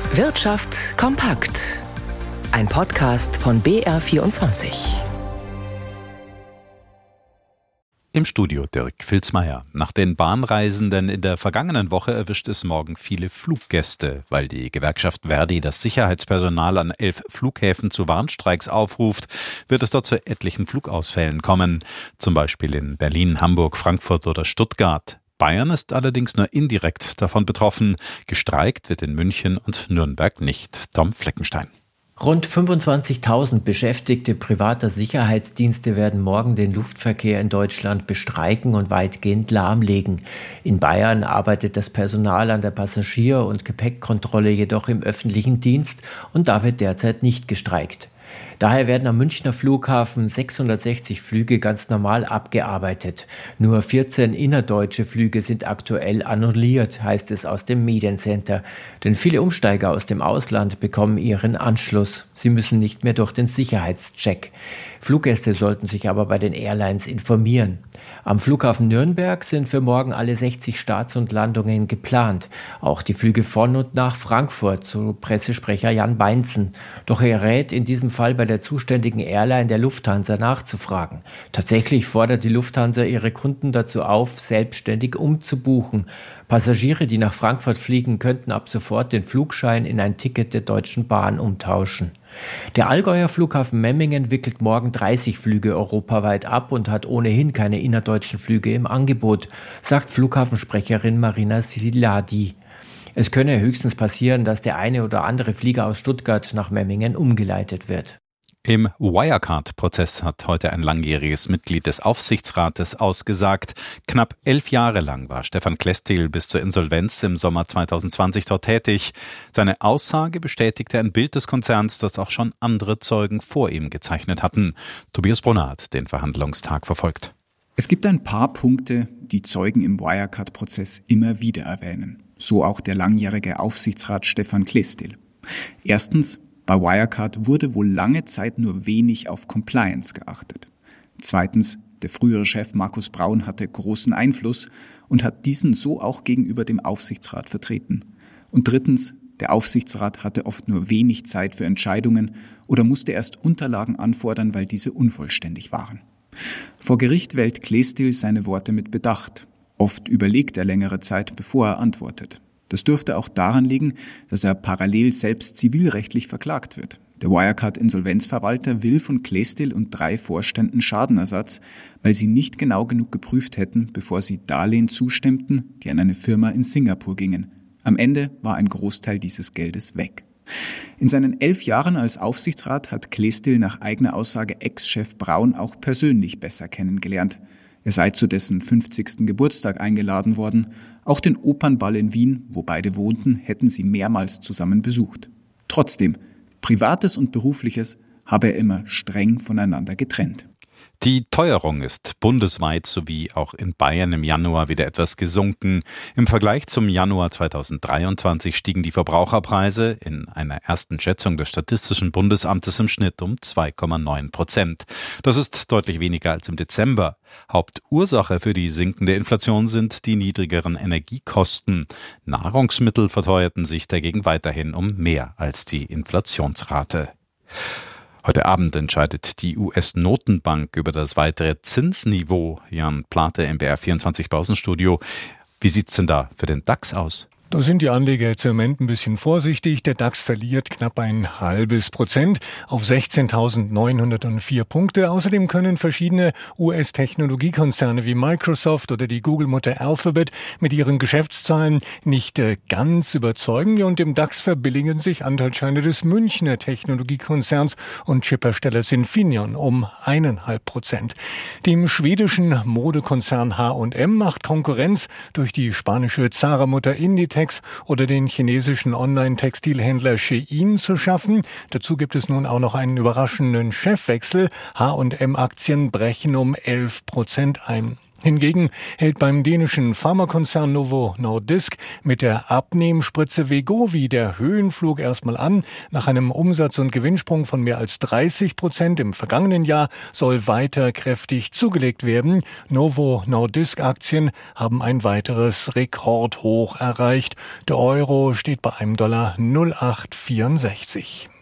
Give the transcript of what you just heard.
Wirtschaft kompakt. Ein Podcast von BR24. Im Studio Dirk Filzmeier. Nach den Bahnreisenden in der vergangenen Woche erwischt es morgen viele Fluggäste, weil die Gewerkschaft ver.di das Sicherheitspersonal an 11 Flughäfen zu Warnstreiks aufruft, wird es dort zu etlichen Flugausfällen kommen. Zum Beispiel in Berlin, Hamburg, Frankfurt oder Stuttgart. Bayern ist allerdings nur indirekt davon betroffen. Gestreikt wird in München und Nürnberg nicht. Tom Fleckenstein. Rund 25.000 Beschäftigte privater Sicherheitsdienste werden morgen den Luftverkehr in Deutschland bestreiken und weitgehend lahmlegen. In Bayern arbeitet das Personal an der Passagier- und Gepäckkontrolle jedoch im öffentlichen Dienst und da wird derzeit nicht gestreikt. Daher werden am Münchner Flughafen 660 Flüge ganz normal abgearbeitet. Nur 14 innerdeutsche Flüge sind aktuell annulliert, heißt es aus dem Mediencenter. Denn viele Umsteiger aus dem Ausland bekommen ihren Anschluss. Sie müssen nicht mehr durch den Sicherheitscheck. Fluggäste sollten sich aber bei den Airlines informieren. Am Flughafen Nürnberg sind für morgen alle 60 Starts und Landungen geplant. Auch die Flüge von und nach Frankfurt, so Pressesprecher Jan Beinzen. Doch er rät in diesem Fall bei der zuständigen Airline der Lufthansa nachzufragen. Tatsächlich fordert die Lufthansa ihre Kunden dazu auf, selbstständig umzubuchen. Passagiere, die nach Frankfurt fliegen, könnten ab sofort den Flugschein in ein Ticket der Deutschen Bahn umtauschen. Der Allgäuer Flughafen Memmingen wickelt morgen 30 Flüge europaweit ab und hat ohnehin keine innerdeutschen Flüge im Angebot, sagt Flughafensprecherin Marina Siladi. Es könne höchstens passieren, dass der eine oder andere Flieger aus Stuttgart nach Memmingen umgeleitet wird. Im Wirecard-Prozess hat heute ein langjähriges Mitglied des Aufsichtsrates ausgesagt. Knapp 11 Jahre lang war Stefan Klestil bis zur Insolvenz im Sommer 2020 dort tätig. Seine Aussage bestätigte ein Bild des Konzerns, das auch schon andere Zeugen vor ihm gezeichnet hatten. Tobias Brunner hat den Verhandlungstag verfolgt. Es gibt ein paar Punkte, die Zeugen im Wirecard-Prozess immer wieder erwähnen. So auch der langjährige Aufsichtsrat Stefan Klestil. Erstens: Bei Wirecard wurde wohl lange Zeit nur wenig auf Compliance geachtet. Zweitens, der frühere Chef Markus Braun hatte großen Einfluss und hat diesen so auch gegenüber dem Aufsichtsrat vertreten. Und drittens, der Aufsichtsrat hatte oft nur wenig Zeit für Entscheidungen oder musste erst Unterlagen anfordern, weil diese unvollständig waren. Vor Gericht wählt Klestil seine Worte mit Bedacht. Oft überlegt er längere Zeit, bevor er antwortet. Das dürfte auch daran liegen, dass er parallel selbst zivilrechtlich verklagt wird. Der Wirecard-Insolvenzverwalter will von Klestil und 3 Vorständen Schadenersatz, weil sie nicht genau genug geprüft hätten, bevor sie Darlehen zustimmten, die an eine Firma in Singapur gingen. Am Ende war ein Großteil dieses Geldes weg. In seinen 11 Jahren als Aufsichtsrat hat Klestil nach eigener Aussage Ex-Chef Braun auch persönlich besser kennengelernt. Er sei zu dessen 50. Geburtstag eingeladen worden. Auch den Opernball in Wien, wo beide wohnten, hätten sie mehrmals zusammen besucht. Trotzdem, Privates und Berufliches habe er immer streng voneinander getrennt. Die Teuerung ist bundesweit sowie auch in Bayern im Januar wieder etwas gesunken. Im Vergleich zum Januar 2023 stiegen die Verbraucherpreise in einer ersten Schätzung des Statistischen Bundesamtes im Schnitt um 2,9%. Das ist deutlich weniger als im Dezember. Hauptursache für die sinkende Inflation sind die niedrigeren Energiekosten. Nahrungsmittel verteuerten sich dagegen weiterhin um mehr als die Inflationsrate. Heute Abend entscheidet die US-Notenbank über das weitere Zinsniveau. Jan Plate im BR24 Börsenstudio. Wie sieht's denn da für den DAX aus? Da sind die Anleger jetzt im Moment ein bisschen vorsichtig. Der DAX verliert knapp 0,5% auf 16.904 Punkte. Außerdem können verschiedene US-Technologiekonzerne wie Microsoft oder die Google-Mutter Alphabet mit ihren Geschäftszahlen nicht ganz überzeugen. Und im DAX verbilligen sich Anteilsscheine des Münchner Technologiekonzerns und Chipherstellers Infineon um 1,5%. Dem schwedischen Modekonzern H&M macht Konkurrenz durch die spanische Zara-Mutter Inditex oder den chinesischen Online-Textilhändler Shein zu schaffen. Dazu gibt es nun auch noch einen überraschenden Chefwechsel. H&M-Aktien brechen um 11% ein. Hingegen hält beim dänischen Pharmakonzern Novo Nordisk mit der Abnehmspritze Wegovy der Höhenflug erstmal an. Nach einem Umsatz- und Gewinnsprung von mehr als 30% im vergangenen Jahr soll weiter kräftig zugelegt werden. Novo Nordisk-Aktien haben ein weiteres Rekordhoch erreicht. Der Euro steht bei einem $0,864.